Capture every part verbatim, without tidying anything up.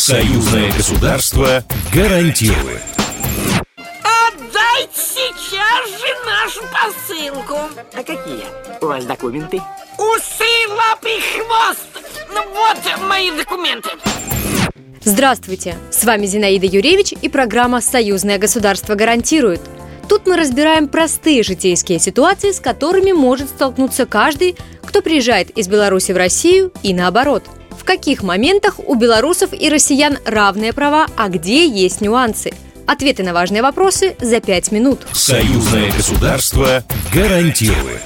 Союзное государство гарантирует. Отдайте сейчас же нашу посылку. А какие у вас документы? Усы, лапы, хвост. Ну вот мои документы. Здравствуйте, с вами Зинаида Юревич и программа «Союзное государство гарантирует». Тут мы разбираем простые житейские ситуации, с которыми может столкнуться каждый, кто приезжает из Беларуси в Россию и наоборот. В каких моментах у белорусов и россиян равные права, а где есть нюансы? Ответы на важные вопросы за пять минут. Союзное государство гарантирует.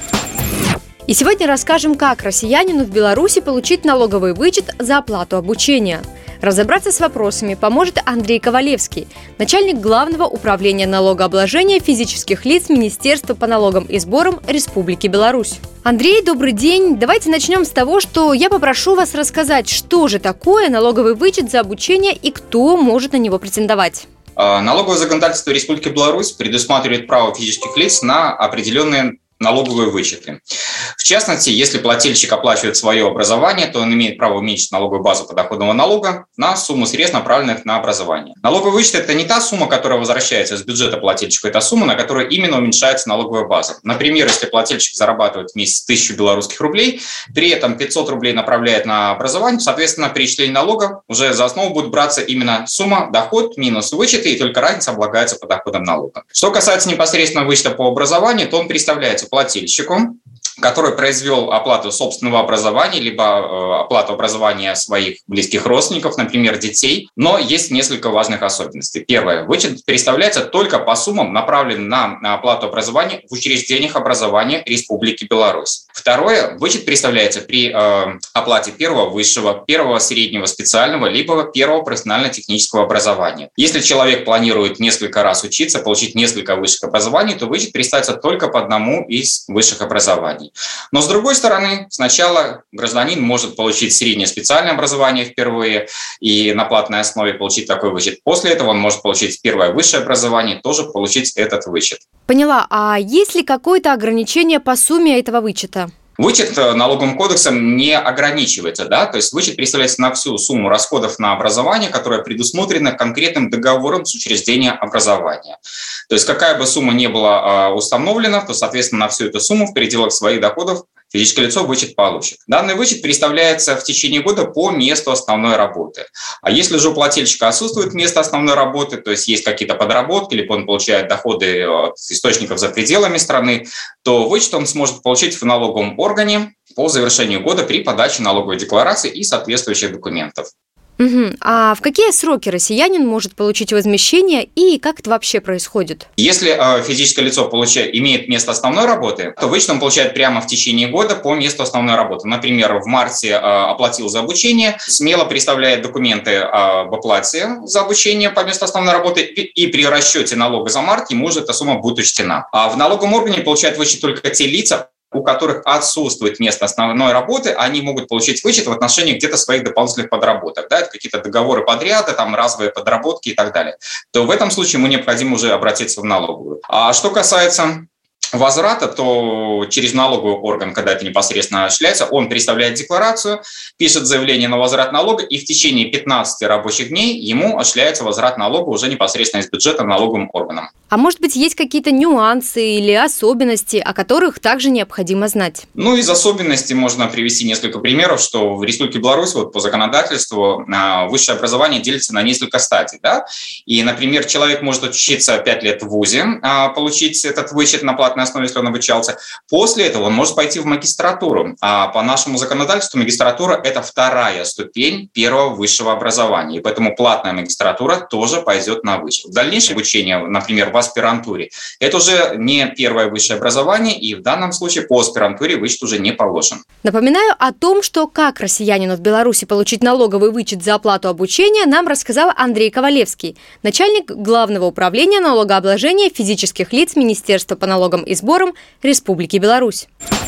И сегодня расскажем, как россиянину в Беларуси получить налоговый вычет за оплату обучения. Разобраться с вопросами поможет Андрей Ковалевский, начальник Главного управления налогообложения физических лиц Министерства по налогам и сборам Республики Беларусь. Андрей, добрый день. Давайте начнем с того, что я попрошу вас рассказать, что же такое налоговый вычет за обучение и кто может на него претендовать. Налоговое законодательство Республики Беларусь предусматривает право физических лиц на определенные налоговые вычеты. В частности, если плательщик оплачивает свое образование, то он имеет право уменьшить налоговую базу подоходного налога на сумму средств, направленных на образование. Налоговый вычет – это не та сумма, которая возвращается из бюджета плательщика, это сумма, на которую именно уменьшается налоговая база. Например, если плательщик зарабатывает в месяц тысячу белорусских рублей, при этом пятьсот рублей направляет на образование, соответственно, при исчислении налога уже за основу будет браться именно сумма, доход минус вычеты, и только разница облагается подоходным налогом. Что касается непосредственно вычета по образованию, то он представляется плательщику, который произвел оплату собственного образования, либо э, оплату образования своих близких родственников, например, детей. Но есть несколько важных особенностей. Первое. Вычет переставляется только по суммам, направленным на оплату образования в учреждениях образования Республики Беларусь. Второе. Вычет переставляется при э, оплате первого высшего, первого среднего специального, либо первого профессионально-технического образования. Если человек планирует несколько раз учиться, получить несколько высших образований, то вычет переставится только по одному из высших образований. Но, с другой стороны, сначала гражданин может получить среднее специальное образование впервые и на платной основе получить такой вычет. После этого он может получить первое высшее образование, тоже получить этот вычет. Поняла. А есть ли какое-то ограничение по сумме этого вычета? Вычет налоговым кодексом не ограничивается, да, то есть вычет представляется на всю сумму расходов на образование, которая предусмотрена конкретным договором с учреждением образования. То есть какая бы сумма ни была установлена, то, соответственно, на всю эту сумму в пределах своих доходов физическое лицо вычет получит. Данный вычет переставляется в течение года по месту основной работы. А если же у плательщика отсутствует место основной работы, то есть есть какие-то подработки, либо он получает доходы от источников за пределами страны, то вычет он сможет получить в налоговом органе по завершению года при подаче налоговой декларации и соответствующих документов. Угу. А в какие сроки россиянин может получить возмещение и как это вообще происходит? Если э, физическое лицо получает, имеет место основной работы, то вычет он получает прямо в течение года по месту основной работы. Например, в марте э, оплатил за обучение, смело представляет документы э, об оплате за обучение по месту основной работы, и, и при расчете налога за март ему уже эта сумма будет учтена. А в налоговом органе получают вычет только те лица, у которых отсутствует место основной работы, они могут получить вычет в отношении где-то своих дополнительных подработок. Да, это какие-то договоры подряда, там разовые подработки и так далее. То в этом случае ему необходимо уже обратиться в налоговую. А что касается возврата, то через налоговый орган, когда это непосредственно осуществляется, он представляет декларацию, пишет заявление на возврат налога, и в течение пятнадцати рабочих дней ему осуществляется возврат налога уже непосредственно из бюджета налоговым органом. А может быть, есть какие-то нюансы или особенности, о которых также необходимо знать? Ну, из особенностей можно привести несколько примеров, что в Республике Беларусь вот, по законодательству высшее образование делится на несколько стадий. Да? И, например, человек может учиться пять лет в вузе, получить этот вычет на платной основе, если он обучался. После этого он может пойти в магистратуру. А по нашему законодательству магистратура – это вторая ступень первого высшего образования. И поэтому платная магистратура тоже пойдет на вычет. В дальнейшем обучение, например, в аспирантуре, это уже не первое высшее образование, и в данном случае по аспирантуре вычет уже не положен. Напоминаю о том, что как россиянину в Беларуси получить налоговый вычет за оплату обучения, нам рассказал Андрей Ковалевский, начальник Главного управления налогообложения физических лиц Министерства по налогам и сборам Республики Беларусь.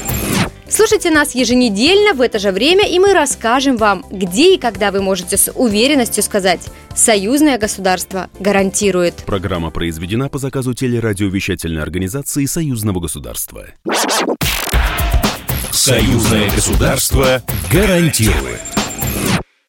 Слушайте нас еженедельно в это же время, и мы расскажем вам, где и когда вы можете с уверенностью сказать: «Союзное государство гарантирует». Программа произведена по заказу телерадиовещательной организации Союзного государства. Союзное государство гарантирует.